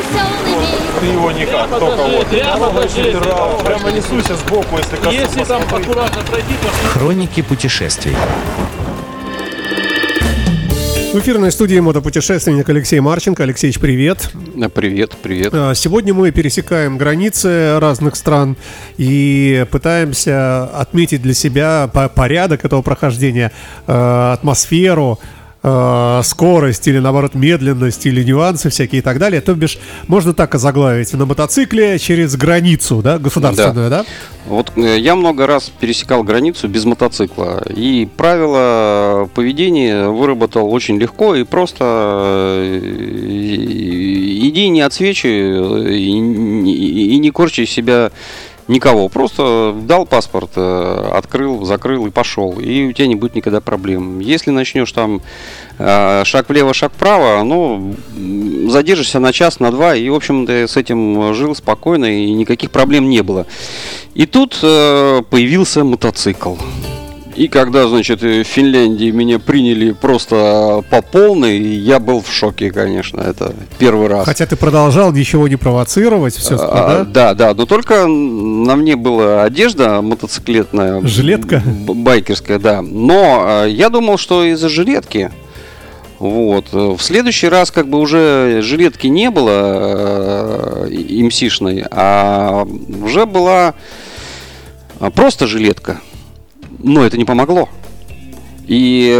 Ты его никак, только вот. Прямо несуйся сбоку, если там аккуратно пройти, то... Хроники путешествий. В эфирной студии мотопутешественник Алексей Марченко. Алексеевич, привет. Привет. Сегодня мы пересекаем границы разных стран и пытаемся отметить для себя порядок этого прохождения, атмосферу, скорость или, наоборот, медленность или нюансы всякие и так далее. То бишь, можно так озаглавить: на мотоцикле через границу, да, государственную, да? Вот я много раз пересекал границу без мотоцикла, и правила поведения выработал очень легко и просто. Иди, не отсвечивай и не корчи себя никого. Просто дал паспорт, открыл, закрыл и пошел. И у тебя не будет никогда проблем. Если начнешь там шаг влево, шаг вправо, задержишься на час, на два. И, в общем-то, с этим жил спокойно, и никаких проблем не было. И тут появился мотоцикл. И когда, значит, в Финляндии меня приняли просто по полной, я был в шоке, конечно, это первый раз. Хотя ты продолжал ничего не провоцировать, все, да? Да, но только на мне была одежда мотоциклетная. Жилетка? Байкерская, да. Но я думал, что из-за жилетки. Вот. В следующий раз как бы уже жилетки не было МС-шной, а уже была просто жилетка. Но это не помогло. И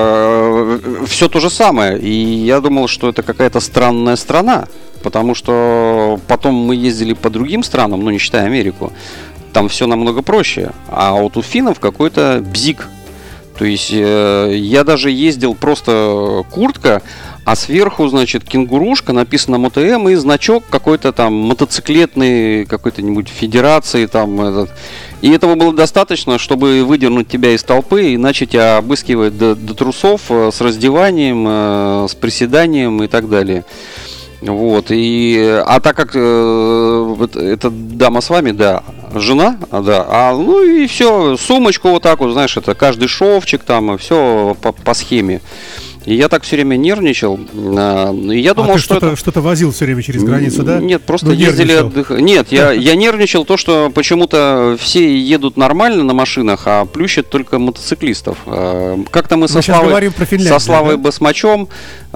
все то же самое. И я думал, что это какая-то странная страна. Потому что потом мы ездили по другим странам, не считая Америку. Там все намного проще. А вот у финнов какой-то бзик. То есть я даже ездил просто куртка, а сверху, значит, кенгурушка, написано МОТМ, и значок какой-то там мотоциклетный, какой-то-нибудь федерации там этот. И этого было достаточно, чтобы выдернуть тебя из толпы и начать тебя обыскивать до трусов с раздеванием, с приседанием и так далее. Вот. А так как эта дама с вами, да, жена, да, и все, сумочку вот так вот, знаешь, это каждый шовчик там, все по схеме. И я так все время нервничал. И я думал, ты что-то возил все время через границу, да? Нет, просто ездили отдыхать. Нет, я нервничал то, что почему-то все едут нормально на машинах, а плющат только мотоциклистов. Как-то мы со Славой Басмачом,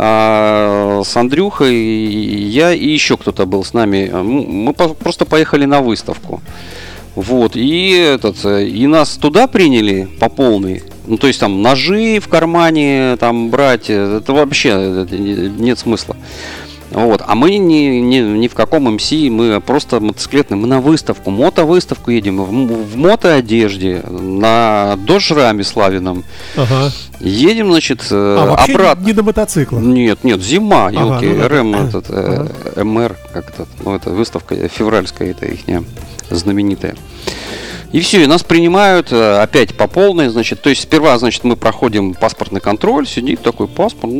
с Андрюхой, я и еще кто-то был с нами. Мы просто поехали на выставку. Вот, и нас туда приняли по полной. То есть там ножи в кармане там брать, это вообще нет смысла. Вот. А мы ни в каком МС, мы просто мотоциклетные, мы на выставку, мотовыставку едем, в мотоодежде, на дожраме славином. Ага. Едем, значит, вообще обратно. Не на мотоциклах? Нет, зима, елки, МР, как это, это выставка февральская, это ихняя знаменитая. И все, и нас принимают опять по полной, значит, то есть сперва, значит, мы проходим паспортный контроль, сидит такой паспорт,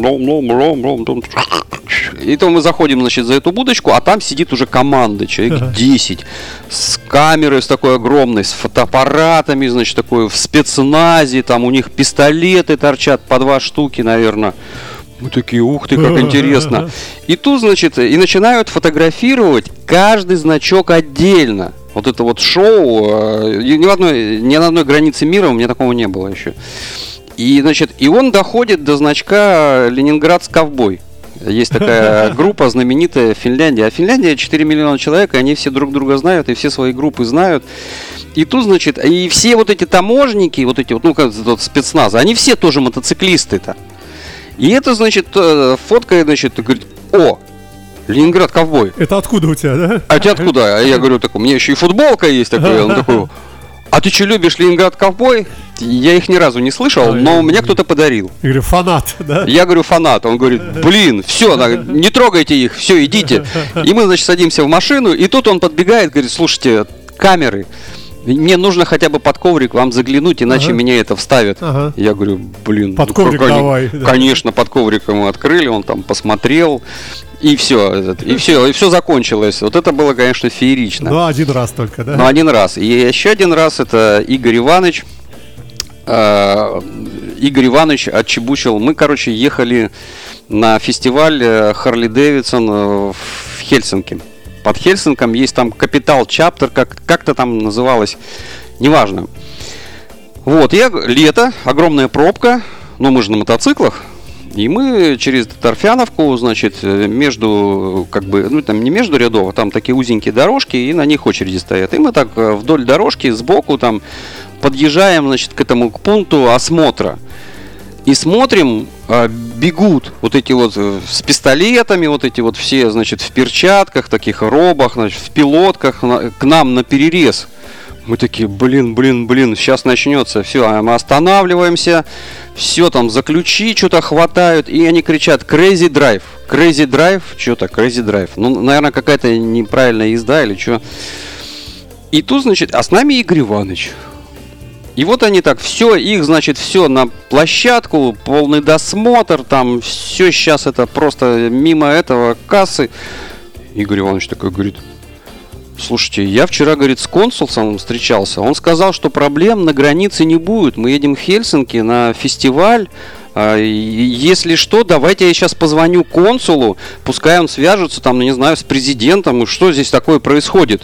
и то мы заходим, значит, за эту будочку, а там сидит уже команда, человек 10, с камерой, с такой огромной, с фотоаппаратами, значит, такой в спецназе, там у них пистолеты торчат по 2 штуки, наверное. Мы такие, ух ты, как интересно. И тут, значит, и начинают фотографировать каждый значок отдельно. Вот это вот шоу, ни на одной границе мира у меня такого не было еще. И, значит, и он доходит до значка «Ленинградский ковбой». Есть такая группа знаменитая в Финляндии. А Финляндия 4 миллиона человек, и они все друг друга знают, и все свои группы знают. И тут, значит, и все вот эти таможенники, вот эти вот, как спецназы, они все тоже мотоциклисты-то. И это, значит, фоткает, значит, говорит, Ленинград ковбой. Это откуда у тебя, да? А у тебя откуда? А я говорю, у меня еще и футболка есть такая. Он такой, а ты что, любишь Ленинград ковбой? Я их ни разу не слышал, но мне кто-то подарил. Я говорю, фанат, да? Я говорю, фанат. Он говорит, все, не трогайте их, все, идите. И мы, значит, садимся в машину, и тут он подбегает, говорит, слушайте, камеры. Мне нужно хотя бы под коврик вам заглянуть, иначе меня это вставят. Я говорю, под коврик давай. Конечно, под коврик ему открыли, он там посмотрел. И все, и все закончилось. Вот это было, конечно, феерично. Ну, один раз только, да? Ну, один раз. И еще один раз это Игорь Иванович. Игорь Иванович отчебучил. Мы, ехали на фестиваль Харли Дэвидсон в Хельсинки. Под Хельсинком есть там Capital Chapter, как-то там называлось, неважно. Вот, лето, огромная пробка, но мы же на мотоциклах, и мы через Торфяновку, значит, между, как бы, ну там не между рядов, а там такие узенькие дорожки, и на них очереди стоят. И мы так вдоль дорожки сбоку там подъезжаем, значит, к пункту осмотра. И смотрим, бегут вот эти вот с пистолетами, вот эти вот все, значит, в перчатках, таких робах, значит, в пилотках к нам на перерез. Мы такие, блин, сейчас начнется. Все, мы останавливаемся, все там за ключи что-то хватают, и они кричат Crazy Drive, что-то Crazy Drive. Ну, наверное, какая-то неправильная езда или что. И тут, значит, а с нами Игорь Иванович. И вот они так, все, их, значит, все на площадку, полный досмотр, там, все сейчас это просто мимо этого кассы. Игорь Иванович такой говорит, слушайте, я вчера, говорит, с консулом встречался, он сказал, что проблем на границе не будет, мы едем в Хельсинки на фестиваль, если что, давайте я сейчас позвоню консулу, пускай он свяжется, там, не знаю, с президентом, и что здесь такое происходит.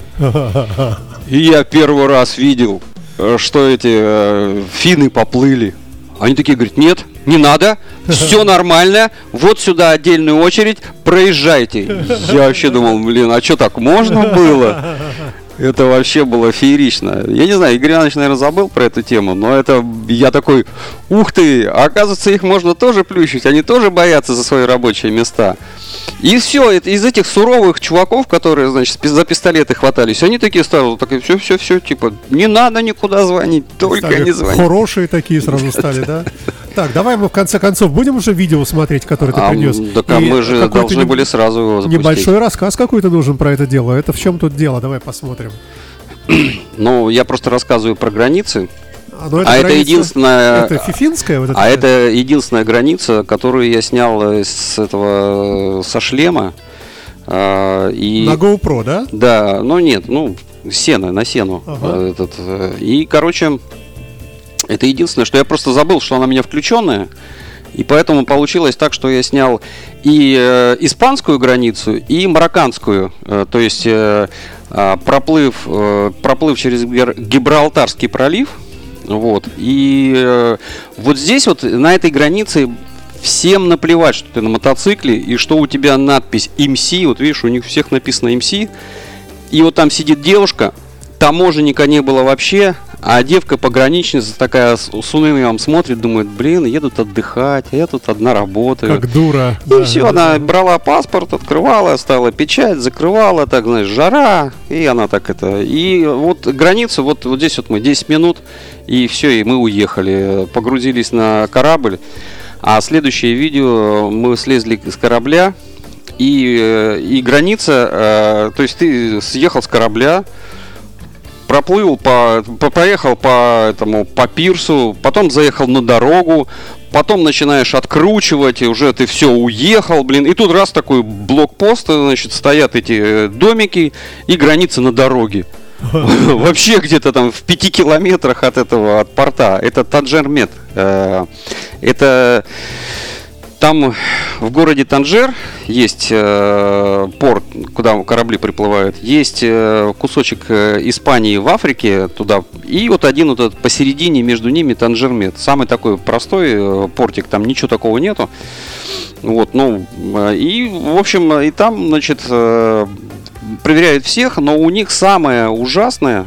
И я первый раз видел, что эти финны поплыли. Они такие говорят, нет, не надо, все нормально, вот сюда отдельную очередь, проезжайте. Я вообще думал, блин, а что, так можно было? Это вообще было феерично. Я не знаю, Игорь Иванович, наверное, забыл про эту тему, но это я такой, ух ты, оказывается, их можно тоже плющить, они тоже боятся за свои рабочие места. И все, из этих суровых чуваков, которые, значит, за пистолеты хватались, они такие стали, такие, все, типа, не надо никуда звонить, только стали не звонить. Хорошие такие сразу стали, да? Так, давай мы в конце концов будем уже видео смотреть, которое ты принес. Так мы же должны были сразу его запустить. Небольшой рассказ какой-то нужен про это дело. Это в чем тут дело? Давай посмотрим. Ну, я просто рассказываю про границы. Это единственная. Это фифинская? Вот это единственная граница, которую я снял со шлема. На GoPro, да? Да, ну нет, на сену. Ага. И, короче, это единственное, что я просто забыл, что она у меня включенная. И поэтому получилось так, что я снял и испанскую границу, и марокканскую. То есть проплыв через Гибралтарский пролив. Вот. И вот здесь вот на этой границе всем наплевать, что ты на мотоцикле и что у тебя надпись MC. Вот видишь, у них всех написано MC. И вот там сидит девушка, таможенника не было вообще, а девка-пограничница такая с унынием смотрит, думает, блин, едут отдыхать, а я тут одна работаю. Как дура. И все, она брала паспорт, открывала, ставила печать, закрывала, так, знаешь, жара, и она так это... И вот граница, вот здесь вот мы 10 минут, и все, и мы уехали, погрузились на корабль, а следующее видео, мы слезли с корабля, и граница, то есть ты съехал с корабля, проплыл, проехал по пирсу, потом заехал на дорогу, потом начинаешь откручивать, и уже ты все, уехал, блин. И тут раз такой блокпост, значит, стоят эти домики и граница на дороге. Вообще где-то там в 5 километрах от порта. Это Танжер-Мед. Это... Там в городе Танжер есть порт, куда корабли приплывают, есть кусочек Испании в Африке туда, и вот один вот этот посередине между ними Танжер-Мед. Самый такой простой портик, там ничего такого нету. Вот, и, в общем, и там, значит, проверяют всех, но у них самое ужасное,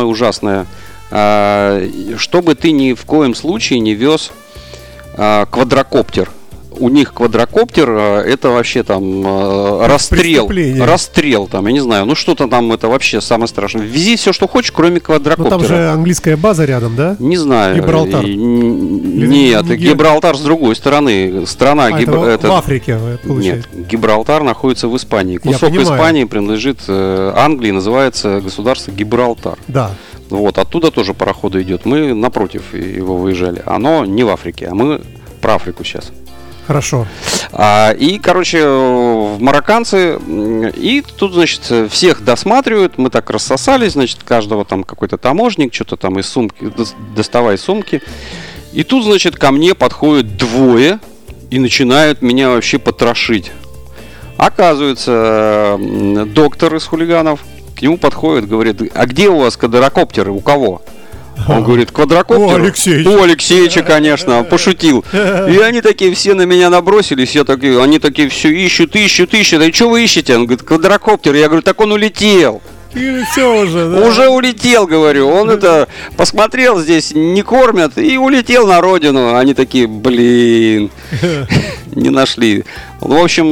чтобы ты ни в коем случае не вез квадрокоптер. У них квадрокоптер, это вообще там расстрел там, я не знаю, что-то там, это вообще самое страшное. Вези все, что хочешь, кроме квадрокоптера. Там же английская база рядом, да? Не знаю. Гибралтар. Нет, Гибралтар с другой стороны. Страна в Африке, получается. Нет, Гибралтар находится в Испании. Кусок Испании принадлежит Англии, называется государство Гибралтар. Да. Вот, оттуда тоже пароходы идет. Мы напротив его выезжали. Оно не в Африке, а мы про Африку сейчас. Хорошо. И, короче, в марокканцы, и тут, значит, всех досматривают, мы так рассосались, значит, каждого там какой-то таможник, что-то там из сумки, доставай сумки. И тут, значит, ко мне подходят двое и начинают меня вообще потрошить. Оказывается, доктор из хулиганов к нему подходит, говорит: а где у вас квадрокоптеры, у кого? Он говорит: квадрокоптер? У Алексеевича, конечно, он пошутил. И они такие все на меня набросились, они такие все ищут. Да и что вы ищете? Он говорит: квадрокоптер. Я говорю: так он улетел. И все уже, да? Уже улетел, говорю. Он это посмотрел, здесь не кормят, и улетел на родину. Они такие: блин, не нашли. В общем,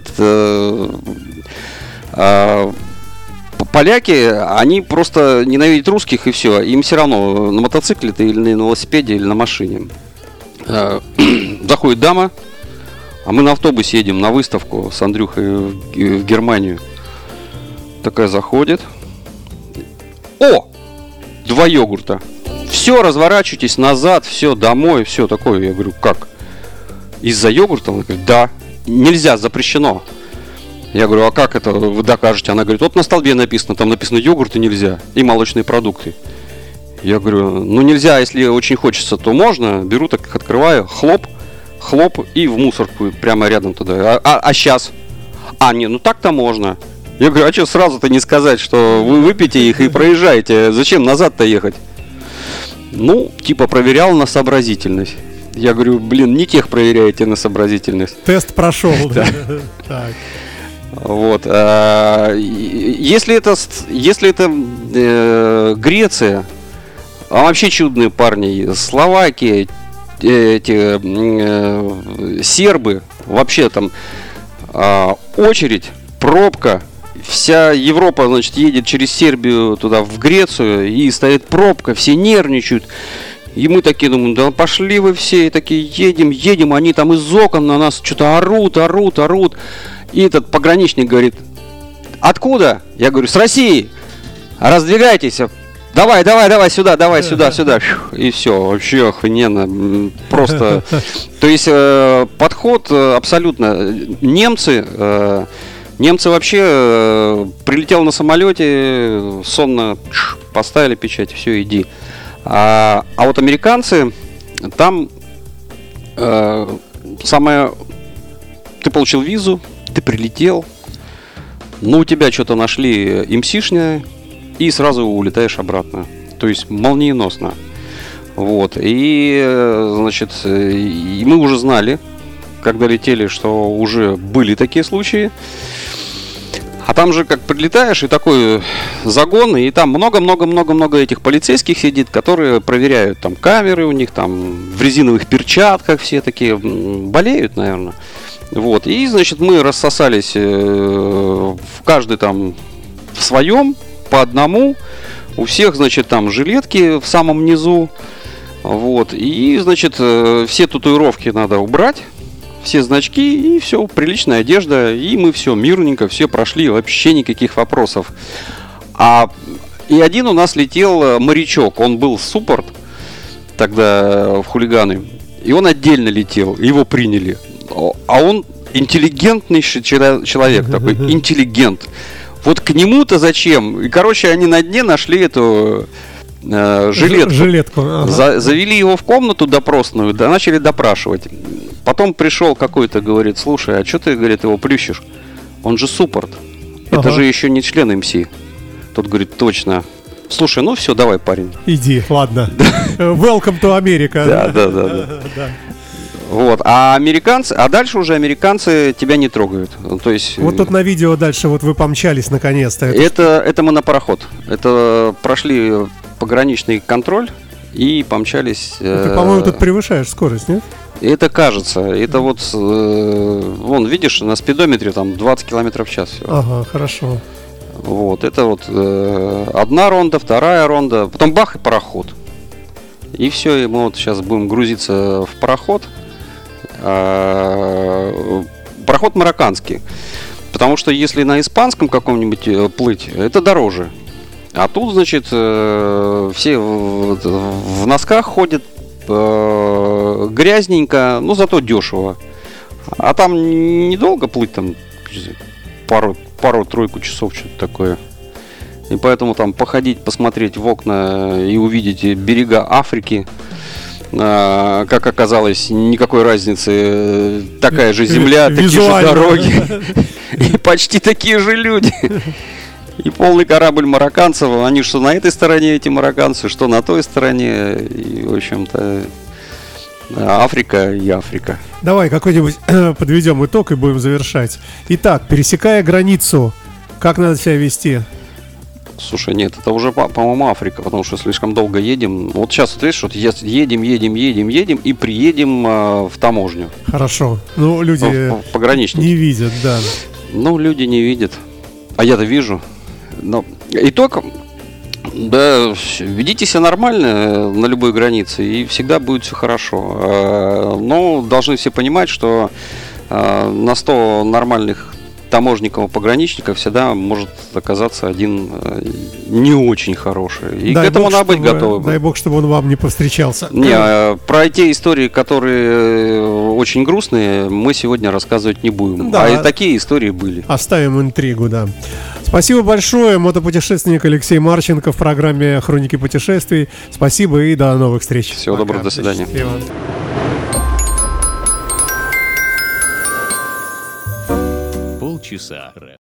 поляки, они просто ненавидят русских, и все. Им все равно, на мотоцикле ты или на велосипеде, или на машине. Заходит дама, а мы на автобусе едем на выставку с Андрюхой в Германию. Такая заходит. О! 2 йогурта. Все, разворачивайтесь назад, все, домой, все такое. Я говорю: как? Из-за йогурта? Она говорит: да. Нельзя, запрещено. Я говорю: а как это вы докажете? Она говорит: вот на столбе написано, там написано йогурты нельзя и молочные продукты. Я говорю: ну нельзя, если очень хочется, то можно. Беру, так их открываю, хлоп, и в мусорку прямо рядом туда. А сейчас? Не, ну так-то можно. Я говорю: а что сразу-то не сказать, что вы выпьете их и проезжаете? Зачем назад-то ехать? Ну, типа проверял на сообразительность. Я говорю: блин, не тех проверяете на сообразительность. Тест прошел, да. Вот. Если это Греция, а вообще чудные парни, Словакия, сербы, вообще там очередь, пробка. Вся Европа, значит, едет через Сербию туда, в Грецию, и стоит пробка, все нервничают. И мы такие думаем: да пошли вы все, и такие едем, они там из окон на нас что-то орут. И этот пограничник говорит: откуда? Я говорю: с России. Раздвигайтесь. Давай сюда. И все, вообще охрененно. Просто. То есть подход абсолютно. Немцы вообще прилетел на самолете, сонно поставили печать, все, иди. А вот американцы, там ты получил визу, ты прилетел, но у тебя что-то нашли МСишное, и сразу улетаешь обратно. То есть молниеносно. Вот. И, значит, и мы уже знали, когда летели, что уже были такие случаи. А там же как прилетаешь, и такой загон, и там много этих полицейских сидит, которые проверяют там камеры у них, там в резиновых перчатках все такие, болеют, наверное. Вот, и, значит, мы рассосались в каждый там в своем, по одному, у всех, значит, там жилетки в самом низу, вот, и, значит, все татуировки надо убрать. Все значки, и все, приличная одежда, и мы все мирненько, все прошли, вообще никаких вопросов. И один у нас летел морячок, он был суппорт тогда в хулиганы, и он отдельно летел, его приняли. А он интеллигентный человек такой, интеллигент. Вот к нему-то зачем? И, короче, они на дне нашли эту жилетку. Ага. Завели его в комнату допросную, да, начали допрашивать. Потом пришел какой-то, говорит: слушай, а что ты, говорит, его плющишь? Он же суппорт. Это же еще не член МС. Тот говорит: точно. Слушай, ну все, давай, парень. Иди, ладно. Welcome to America. Да. Вот, а дальше уже американцы тебя не трогают. То есть. Вот тут на видео дальше вот вы помчались наконец-то. Это мы на пароход. Это прошли пограничный контроль и помчались. Ты, по-моему, тут превышаешь скорость, нет? Это кажется. Это вот, вон, видишь, на спидометре там 20 км в час. Всего. Ага, хорошо. Вот, это вот одна ронда, вторая ронда, потом бах и пароход. И все, и мы вот сейчас будем грузиться в пароход. Пароход марокканский. Потому что если на испанском каком-нибудь плыть, это дороже. А тут, значит, все в носках ходят, грязненько, но зато дешево. А там недолго плыть, там пару-тройку часов, что-то такое. И поэтому там походить, посмотреть в окна и увидеть берега Африки. Как оказалось, никакой разницы. Такая же земля, такие же дороги. И почти такие же люди. И полный корабль марокканцев. Они что на этой стороне, эти марокканцы, что на той стороне. И, в общем-то, Африка и Африка. Давай какой-нибудь подведем итог и будем завершать. Итак, пересекая границу, как надо себя вести? Слушай, нет, это уже, по-моему, Африка, потому что слишком долго едем. Вот сейчас, вот видишь, вот едем и приедем в таможню. Хорошо. Ну, люди пограничники не видят, да. Ну, люди не видят. А я-то вижу. Но итог, да, ведите себя нормально на любой границе, и всегда будет все хорошо. Но должны все понимать, что на 100 нормальных таможников и пограничников всегда может оказаться один не очень хороший. И дай к этому бог, надо быть чтобы, готовым. Дай бог, чтобы он вам не повстречался. Не, про те истории, которые очень грустные, мы сегодня рассказывать не будем. Да. А и такие истории были. Оставим интригу, да. Спасибо большое, мотопутешественник Алексей Марченко в программе «Хроники путешествий». Спасибо и до новых встреч. Всего Пока. доброго, до свидания. Счастливо. Полчаса.